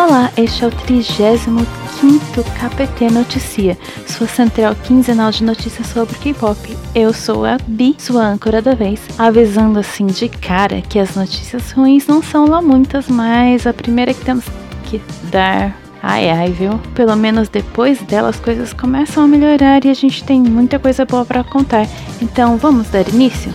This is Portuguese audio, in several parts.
Olá, este é o 35º KPT Noticia, sua central quinzenal de notícias sobre K-pop. Eu sou a Bi, sua âncora da vez, avisando assim de cara que as notícias ruins não são lá muitas, mas a primeira que temos que dar... Ai, viu? Pelo menos depois dela as coisas começam a melhorar e a gente tem muita coisa boa pra contar. Então vamos dar início?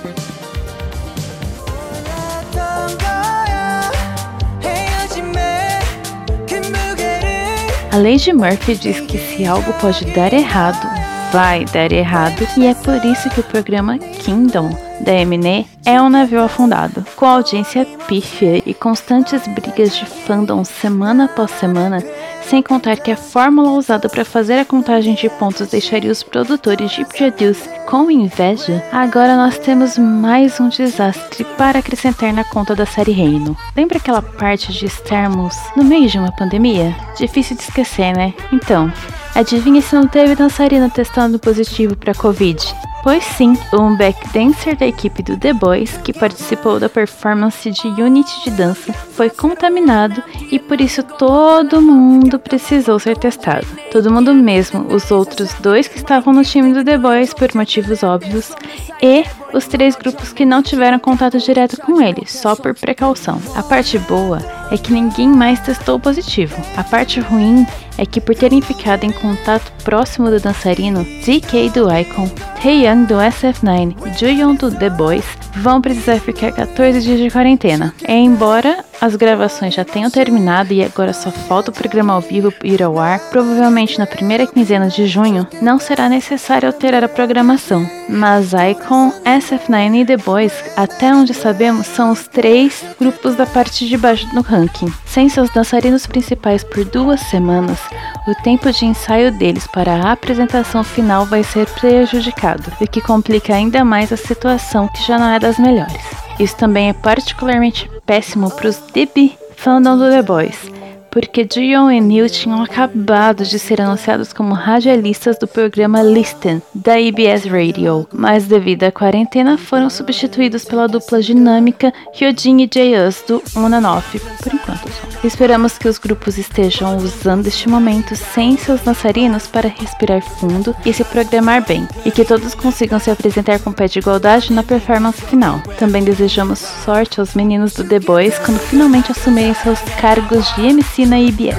A lei de Murphy diz que se algo pode dar errado, vai dar errado, e é por isso que o programa Kingdom, da Mnet, é um navio afundado. Com audiência pífia e constantes brigas de fandom semana após semana, sem contar que a fórmula usada para fazer a contagem de pontos deixaria os produtores de Produce com inveja, agora nós temos mais um desastre para acrescentar na conta da série Reino. Lembra aquela parte de estarmos no meio de uma pandemia? Difícil de esquecer, né? Então, adivinha se não teve dançarina testando positivo para Covid? Pois sim, um backdancer da equipe do The Boys, que participou da performance de Unity de dança, foi contaminado e por isso todo mundo precisou ser testado. Todo mundo mesmo, os outros 2 que estavam no time do The Boys por motivos óbvios e os 3 grupos que não tiveram contato direto com ele, só por precaução. A parte boa é que ninguém mais testou positivo. A parte ruim é que por terem ficado em contato próximo do dançarino, DK do iKON, Taeyang do SF9 e Juyeon do The Boys vão precisar ficar 14 dias de quarentena. Embora as gravações já tenham terminado e agora só falta o programa ao vivo ir ao ar, provavelmente na primeira quinzena de junho, não será necessário alterar a programação. Mas iKON, SF9 e The Boys, até onde sabemos, são os 3 grupos da parte de baixo no ranking. Sem seus dançarinos principais por 2 semanas, o tempo de ensaio deles para a apresentação final vai ser prejudicado, o que complica ainda mais a situação, que já não é das melhores. Isso também é particularmente péssimo para os DB fandom do The Boys, porque Juyeon e Neil tinham acabado de ser anunciados como radialistas do programa Listen, da EBS Radio, mas devido à quarentena foram substituídos pela dupla dinâmica Hyojin e Jae-us do Unanoff, por enquanto só. Esperamos que os grupos estejam usando este momento sem seus dançarinos para respirar fundo e se programar bem, e que todos consigam se apresentar com pé de igualdade na performance final. Também desejamos sorte aos meninos do The Boys quando finalmente assumirem seus cargos de MC na EBS.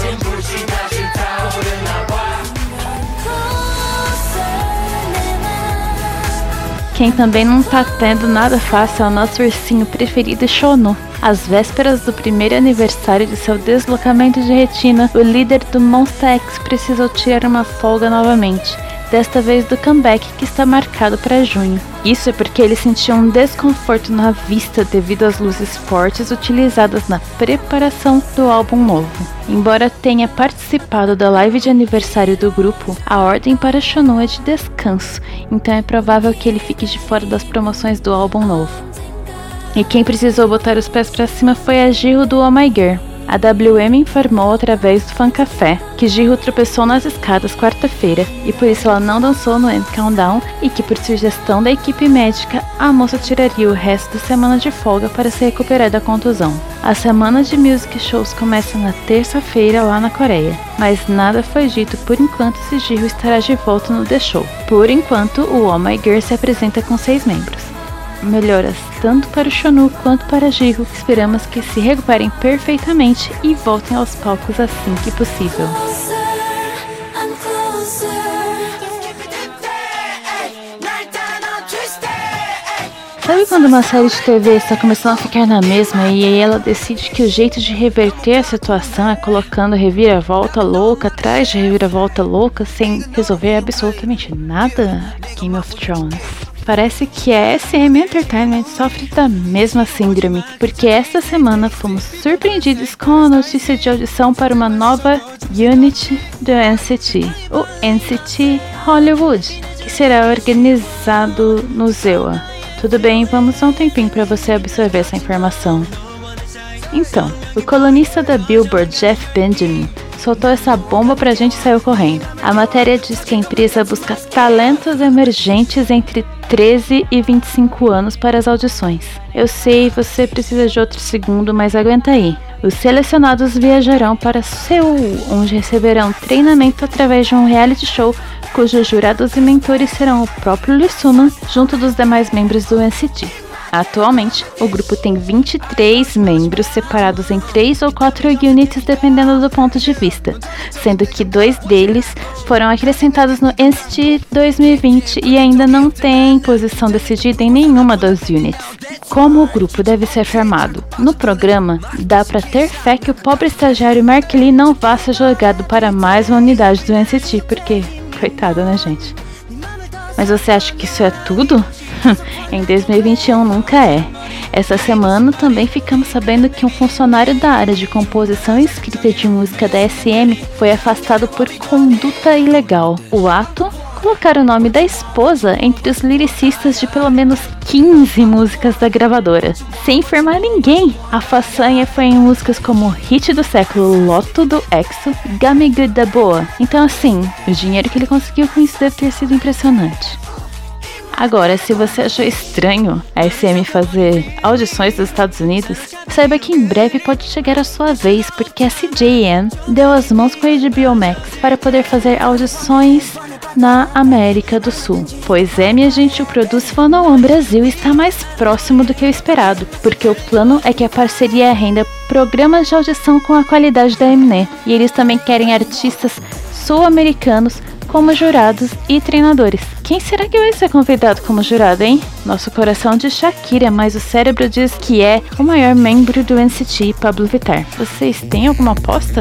Quem também não tá tendo nada fácil é o nosso ursinho preferido, Shonu. Às vésperas do primeiro aniversário de seu deslocamento de retina, o líder do Monsta X precisou tirar uma folga novamente, desta vez do comeback que está marcado para junho. Isso é porque ele sentiu um desconforto na vista devido às luzes fortes utilizadas na preparação do álbum novo. Embora tenha participado da live de aniversário do grupo, a ordem para Shonu é de descanso, então é provável que ele fique de fora das promoções do álbum novo. E quem precisou botar os pés pra cima foi a Jihyo do Oh My Girl. A WM informou através do Fan Café que Jihyo tropeçou nas escadas quarta-feira e por isso ela não dançou no End Countdown e que por sugestão da equipe médica, a moça tiraria o resto da semana de folga para se recuperar da contusão. A semana de music shows começa na terça-feira lá na Coreia, mas nada foi dito por enquanto se Jihyo estará de volta no The Show. Por enquanto, o Oh My Girl se apresenta com 6 membros. Melhoras tanto para o Shonu quanto para Jihyo. Esperamos que se recuperem perfeitamente e voltem aos palcos assim que possível. Sabe quando uma série de TV está começando a ficar na mesma e aí ela decide que o jeito de reverter a situação é colocando reviravolta louca atrás de reviravolta louca sem resolver absolutamente nada? Game of Thrones. Parece que a SM Entertainment sofre da mesma síndrome, porque esta semana fomos surpreendidos com a notícia de audição para uma nova unit do NCT, o NCT Hollywood, que será organizado no ZEWA. Tudo bem, vamos dar um tempinho para você absorver essa informação. Então, o colunista da Billboard, Jeff Benjamin, soltou essa bomba pra gente e saiu correndo. A matéria diz que a empresa busca talentos emergentes entre 13 e 25 anos para as audições. Eu sei, você precisa de outro segundo, mas aguenta aí. Os selecionados viajarão para Seul, onde receberão treinamento através de um reality show cujos jurados e mentores serão o próprio Lee Soo-man, junto dos demais membros do NCT. Atualmente, o grupo tem 23 membros separados em 3 ou 4 units dependendo do ponto de vista, sendo que 2 deles foram acrescentados no NCT 2020 e ainda não tem posição decidida em nenhuma das units. Como o grupo deve ser formado? No programa, dá pra ter fé que o pobre estagiário Mark Lee não vá ser jogado para mais uma unidade do NCT, porque, coitado, né, gente? Mas você acha que isso é tudo? Em 2021 nunca é. Essa semana também ficamos sabendo que um funcionário da área de composição e escrita de música da SM foi afastado por conduta ilegal. O ato? Colocar o nome da esposa entre os lyricistas de pelo menos 15 músicas da gravadora, sem informar ninguém. A façanha foi em músicas como Hit do Século, Loto do EXO, Got Me Good da Boa. Então assim, o dinheiro que ele conseguiu com isso deve ter sido impressionante. Agora, se você achou estranho a SM fazer audições dos Estados Unidos, saiba que em breve pode chegar a sua vez, porque a CJN deu as mãos com a HBO Max para poder fazer audições na América do Sul. Pois é, minha gente, o Produce 101 Brasil está mais próximo do que o esperado, porque o plano é que a parceria renda programas de audição com a qualidade da MNE, e eles também querem artistas sul-americanos como jurados e treinadores. Quem será que vai ser convidado como jurado, hein? Nosso coração diz Shakira, mas o cérebro diz que é o maior membro do NCT, Pablo Vittar. Vocês têm alguma aposta?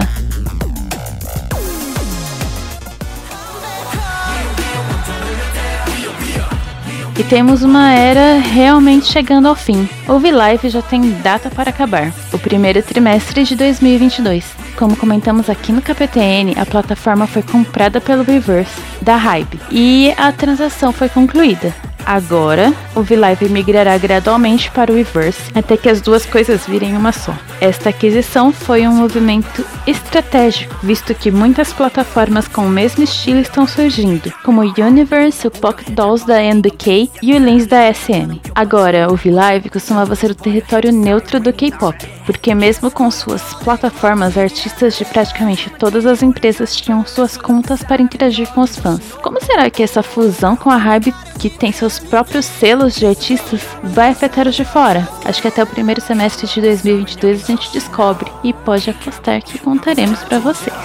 E temos uma era realmente chegando ao fim. O V-Live já tem data para acabar, o primeiro trimestre de 2022. Como comentamos aqui no KPTN, a plataforma foi comprada pelo Reverse, da Hybe, e a transação foi concluída. Agora, o V-Live migrará gradualmente para o Reverse, até que as duas coisas virem uma só. Esta aquisição foi um movimento estratégico, visto que muitas plataformas com o mesmo estilo estão surgindo, como o Universe, o Pocket Dolls da NBK e o Lins da SM. Agora, o V-Live costumava ser o território neutro do K-pop, porque mesmo com suas plataformas, artistas de praticamente todas as empresas tinham suas contas para interagir com os fãs. Como será que essa fusão com a Hybe, que tem seus próprios selos de artistas, vai afetar os de fora? Acho que até o primeiro semestre de 2022 a gente descobre, e pode apostar que contaremos pra vocês.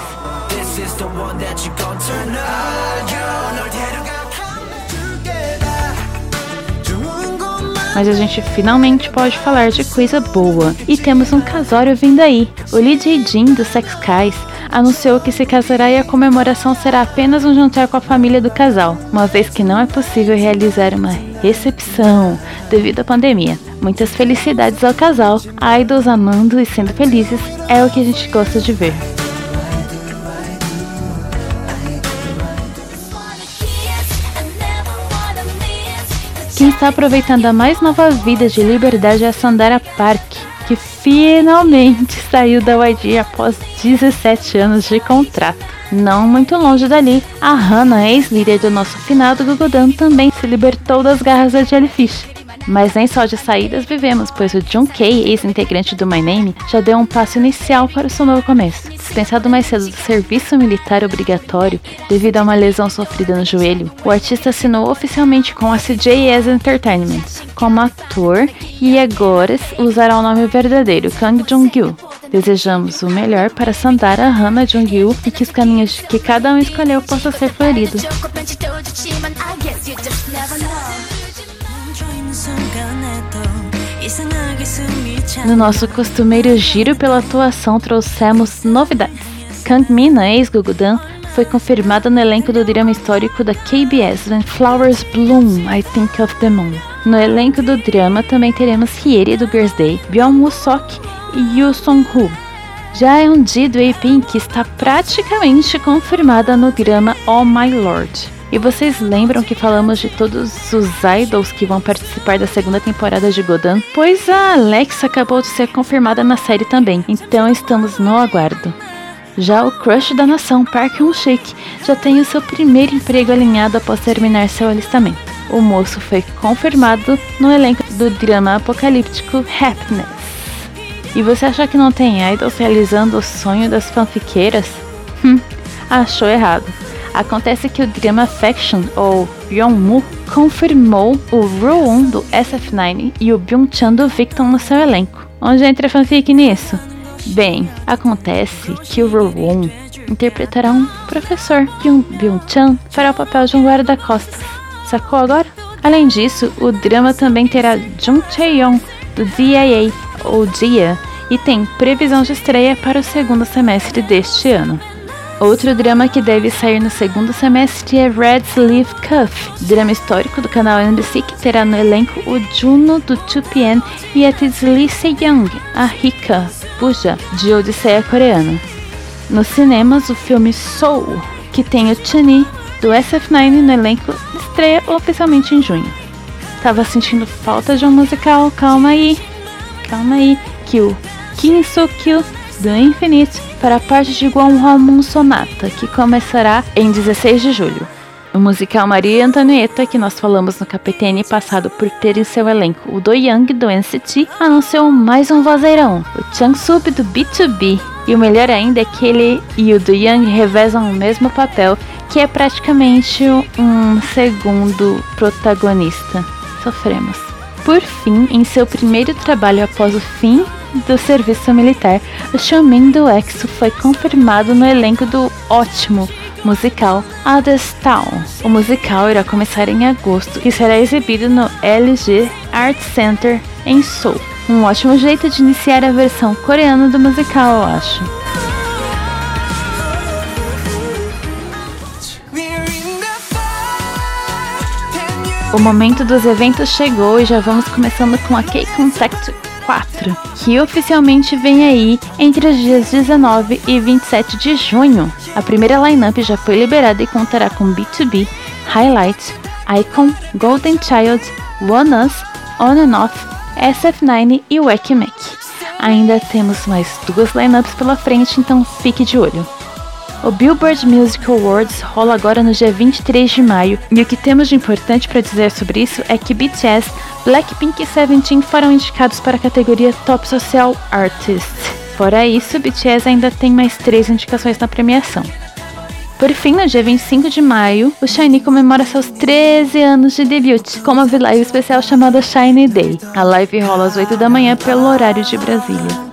Mas a gente finalmente pode falar de coisa boa. E temos um casório vindo aí. O Lee Jae-jin, do Sex Guys, anunciou que se casará e a comemoração será apenas um jantar com a família do casal, uma vez que não é possível realizar uma recepção devido à pandemia. Muitas felicidades ao casal, idols amando e sendo felizes, é o que a gente gosta de ver. Quem está aproveitando a mais nova vida de liberdade é a Sandara Park, que finalmente saiu da YG após 17 anos de contrato. Não muito longe dali, a Hana, ex-líder do nosso finado Gugudan, também se libertou das garras da Jellyfish. Mas nem só de saídas vivemos, pois o Junkei, ex-integrante do My Name, já deu um passo inicial para o seu novo começo. Dispensado mais cedo do serviço militar obrigatório devido a uma lesão sofrida no joelho, o artista assinou oficialmente com a CJS Entertainment como ator e agora usará o nome verdadeiro, Kang Jung-gyu. Desejamos o melhor para Sandara, Hana, Jung-gyu e que os caminhos que cada um escolheu possam ser floridos. No nosso costumeiro giro pela atuação, trouxemos novidades. Kangmin, ex-Gugudan, foi confirmada no elenco do drama histórico da KBS, When Flowers Bloom, I Think of the Moon. No elenco do drama também teremos Hyeri, do Girls' Day, Byung-woo Sok e Yoo Sung-woo. Já Eun-ji, do A-Pink, está praticamente confirmada no drama Oh My Lord. E vocês lembram que falamos de todos os idols que vão participar da segunda temporada de Godan? Pois a Alex acabou de ser confirmada na série também, então estamos no aguardo. Já o crush da nação, Park Hyung-sik, já tem o seu primeiro emprego alinhado após terminar seu alistamento. O moço foi confirmado no elenco do drama apocalíptico Happiness. E você acha que não tem idols realizando o sonho das fanfiqueiras? Achou errado. Acontece que o drama Faction, ou Yeonmu, confirmou o Rowoon do SF9 e o Byung-chan do Victon no seu elenco. Onde entra a fanfic nisso? Bem, acontece que o Rowoon interpretará um professor e o Byung-chan fará o papel de um guarda-costas. Sacou agora? Além disso, o drama também terá Jung Chae-young do DIA, ou DIA, e tem previsão de estreia para o segundo semestre deste ano. Outro drama que deve sair no segundo semestre é Red Sleeve Cuff, drama histórico do canal MBC que terá no elenco o Juno do 2PM e a Lee Se-young, a rica Puja de Odisseia Coreana. Nos cinemas, o filme Soul, que tem o Chun-Yi do SF9 no elenco, estreia oficialmente em junho. Tava sentindo falta de um musical? Calma aí, que o Kim Soo-kyu do Infinite para a parte de Gwanghwamun Sonata, que começará em 16 de julho. O musical Maria Antonieta, que nós falamos no KPTN passado por ter em seu elenco o Do Young do NCT, anunciou mais um vozeirão, o Chang-sub do B2B. E o melhor ainda é que ele e o Do Young revezam o mesmo papel, que é praticamente um segundo protagonista. Sofremos. Por fim, em seu primeiro trabalho após o fim do serviço militar, o Xiaomin do EXO foi confirmado no elenco do ótimo musical Others Town. O musical irá começar em agosto e será exibido no LG Art Center em Seoul. Um ótimo jeito de iniciar a versão coreana do musical, eu acho. O momento dos eventos chegou e já vamos começando com a K-Contact 4, que oficialmente vem aí entre os dias 19 e 27 de junho. A primeira line-up já foi liberada e contará com B2B, Highlight, Icon, Golden Child, One Us, On and Off, SF9 e Wack Mac. Ainda temos mais 2 line-ups pela frente, então fique de olho. O Billboard Music Awards rola agora no dia 23 de maio, e o que temos de importante para dizer sobre isso é que BTS, Blackpink e Seventeen foram indicados para a categoria Top Social Artist. Fora isso, BTS ainda tem mais 3 indicações na premiação. Por fim, no dia 25 de maio, o SHINee comemora seus 13 anos de debut, com uma live especial chamada SHINee Day. A live rola às 8 da manhã pelo horário de Brasília.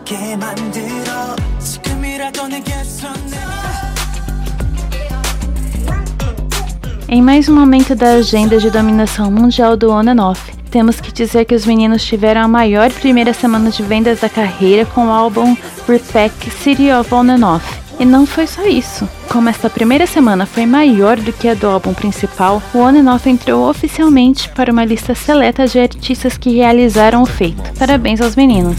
Em mais um momento da agenda de dominação mundial do On and Off, temos que dizer que os meninos tiveram a maior primeira semana de vendas da carreira com o álbum Repack City of On and Off. E não foi só isso. Como esta primeira semana foi maior do que a do álbum principal, o On and Off entrou oficialmente para uma lista seleta de artistas que realizaram o feito. Parabéns aos meninos.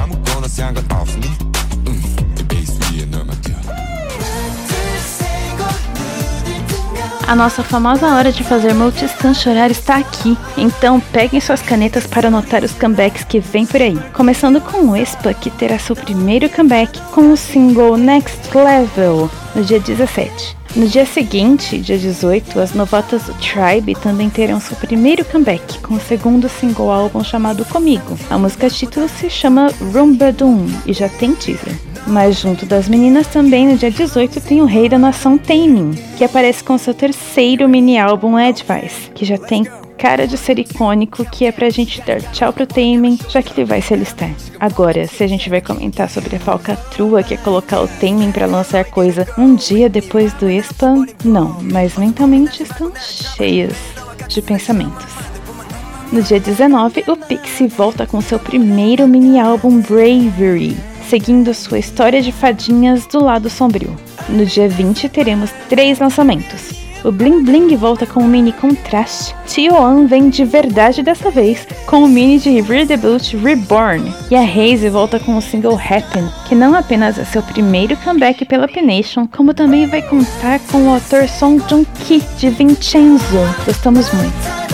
A nossa famosa hora de fazer Multistan chorar está aqui, então peguem suas canetas para anotar os comebacks que vem por aí. Começando com o aespa, que terá seu primeiro comeback com o single Next Level, no dia 17. No dia seguinte, dia 18, as novatas do Tribe também terão seu primeiro comeback com o segundo single álbum chamado Comigo. A música título se chama Rumbadum e já tem teaser. Mas junto das meninas também, no dia 18, tem o rei da nação Taemin, que aparece com seu terceiro mini-álbum Advice, que já tem cara de ser icônico, que é pra gente dar tchau pro Taemin, já que ele vai se alistar. Agora, se a gente vai comentar sobre a falcatrua que é colocar o Taemin pra lançar coisa um dia depois do aespa, não, mas mentalmente estão cheias de pensamentos. No dia 19, o Pixie volta com seu primeiro mini-álbum Bravery, seguindo sua história de fadinhas do lado sombrio. No dia 20 teremos 3 lançamentos. O Bling Bling volta com o mini Contraste. T.O.N vem de verdade dessa vez, com o mini de Redebut Reborn. E a Haze volta com o single Happen, que não apenas é seu primeiro comeback pela P-Nation, como também vai contar com o autor Song Joong-ki de Vincenzo. Gostamos muito.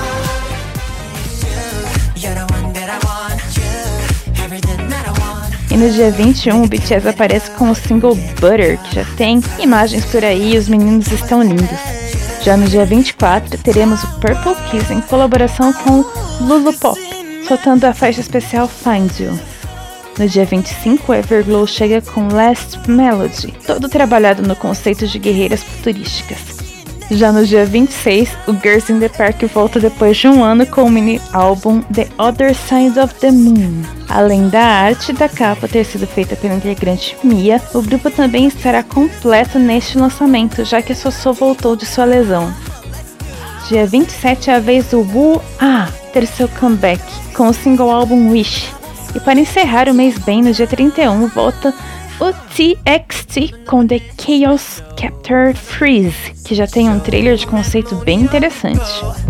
E E no dia 21, o BTS aparece com o single Butter, que já tem imagens por aí e os meninos estão lindos. Já no dia 24, teremos o Purple Kiss em colaboração com Lulu Pop, soltando a faixa especial Find You. No dia 25, o Everglow chega com Last Melody, todo trabalhado no conceito de guerreiras futurísticas. Já no dia 26, o Girls in the Park volta depois de um ano com o mini-álbum The Other Side of the Moon. Além da arte da capa ter sido feita pela integrante Mia, o grupo também estará completo neste lançamento, já que Soso voltou de sua lesão. Dia 27 é a vez do Woo-Ah ter seu comeback, com o single álbum Wish. E para encerrar o mês bem, no dia 31, volta o TXT com The Chaos Captor Freeze, que já tem um trailer de conceito bem interessante.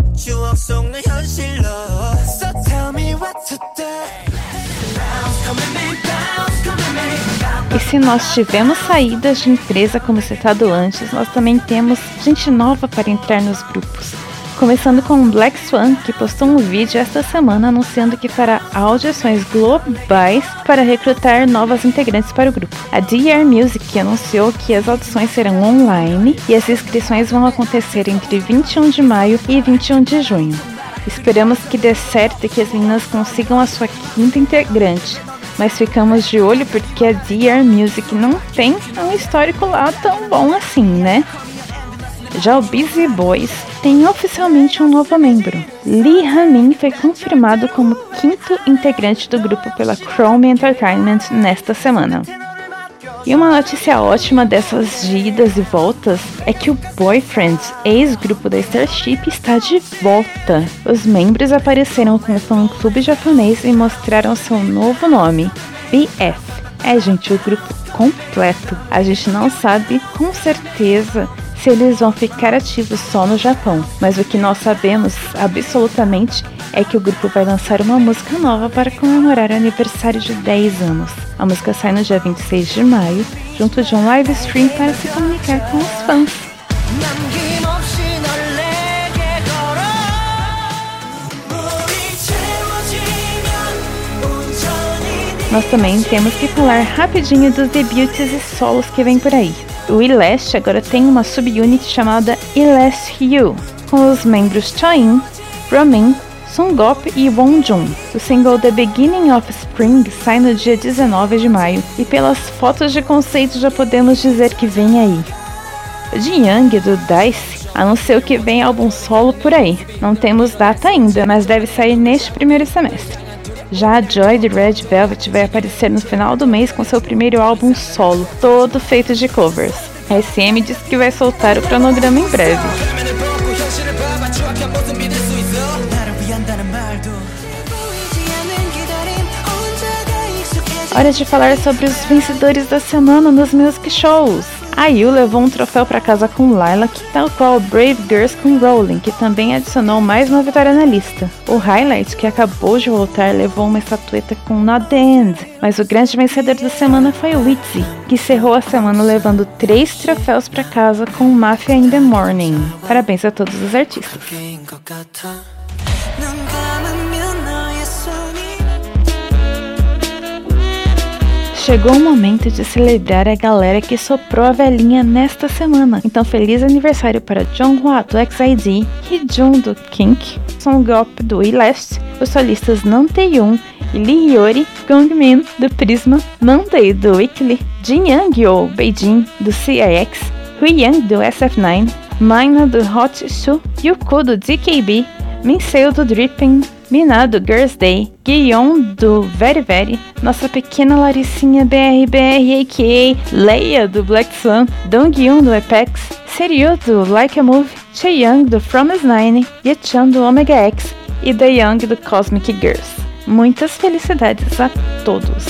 E se nós tivemos saídas de empresa como citado antes, nós também temos gente nova para entrar nos grupos. Começando com o Black Swan, que postou um vídeo esta semana anunciando que fará audições globais para recrutar novas integrantes para o grupo. A DR Music anunciou que as audições serão online e as inscrições vão acontecer entre 21 de maio e 21 de junho. Esperamos que dê certo e que as meninas consigam a sua quinta integrante, mas ficamos de olho porque a DR Music não tem um histórico lá tão bom assim, né? Já o Busy Boys tem oficialmente um novo membro. Lee Ha-min foi confirmado como quinto integrante do grupo pela Chrome Entertainment nesta semana. E uma notícia ótima dessas idas e voltas é que o Boyfriend, ex-grupo da Starship, está de volta. Os membros apareceram com o fã-clube japonês e mostraram seu novo nome, BF. Gente, o grupo completo. A gente não sabe com certeza se eles vão ficar ativos só no Japão, mas o que nós sabemos absolutamente é que o grupo vai lançar uma música nova para comemorar o aniversário de 10 anos. A música sai no dia 26 de maio, junto de um live stream para se comunicar com os fãs. Nós também temos que falar rapidinho dos debuts e solos que vem por aí. O Elast agora tem uma subunit chamada Elast-Hyu, com os membros Choin, Romin, Sungop e Wonjun. O single The Beginning of Spring sai no dia 19 de maio, e pelas fotos de conceito já podemos dizer que vem aí. O Jin-Young, do DICE, anunciou que vem álbum solo por aí. Não temos data ainda, mas deve sair neste primeiro semestre. Já a Joy, de Red Velvet, vai aparecer no final do mês com seu primeiro álbum solo, todo feito de covers. A SM disse que vai soltar o cronograma em breve. Hora de falar sobre os vencedores da semana nos Music Shows. A IU levou um troféu para casa com Lilac, tal qual Brave Girls com Rolling, que também adicionou mais uma vitória na lista. O Highlight, que acabou de voltar, levou uma estatueta com Not The End, mas o grande vencedor da semana foi o ITZY, que encerrou a semana levando 3 troféus para casa com Mafia in the Morning. Parabéns a todos os artistas. Chegou o momento de celebrar a galera que soprou a velhinha nesta semana. Então, feliz aniversário para Jongwha, do XID, Heejun, do Kink, Sungop, do Elast, os solistas Nam Tae-yoon e Lee Hyori, Gongmin, do Prisma, Monday, do Weekly, Jin-young, ou Beijing, do CIX, Huiyang, do SF9, Mina, do Hot Shu, Yuko, do DKB, Minseo, do Dripping, Mina, do Girls' Day, Guion, do Very Very, nossa pequena Laricinha BRBR, a.k.a. Leia, do Black Swan, Donghyun, do Apex, Seryu, do Like a Move, Chaeyoung, do From S9, Yechan, do Omega X e Daeyoung, do Cosmic Girls. Muitas felicidades a todos!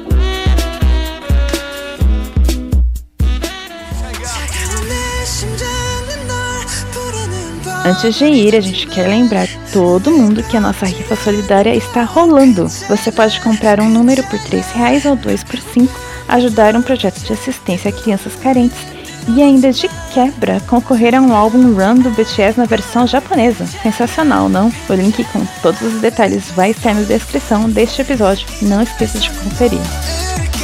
Antes de ir, a gente quer lembrar todo mundo que a nossa rifa solidária está rolando. Você pode comprar um número por R$3 ou 2 por 5, ajudar um projeto de assistência a crianças carentes e ainda de quebra concorrer a um álbum Run do BTS na versão japonesa. Sensacional, não? O link com todos os detalhes vai estar na descrição deste episódio. Não esqueça de conferir.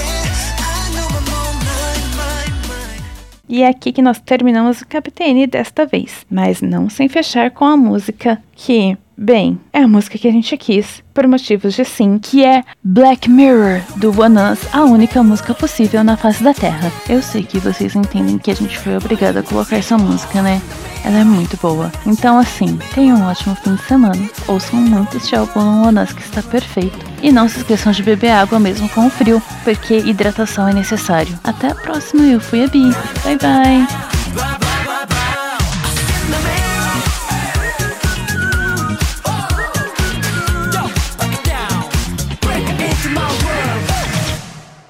E é aqui que nós terminamos o Capitene desta vez, mas não sem fechar com a música que, bem, é a música que a gente quis, por motivos de sim, que é Black Mirror, do One Us, a única música possível na face da Terra. Eu sei que vocês entendem que a gente foi obrigado a colocar essa música, né? Ela é muito boa. Então, assim, tenham um ótimo fim de semana. Ouçam muito este álbum One Us, que está perfeito. E não se esqueçam de beber água mesmo com o frio, porque hidratação é necessário. Até a próxima, eu fui a Bi. Bye, bye!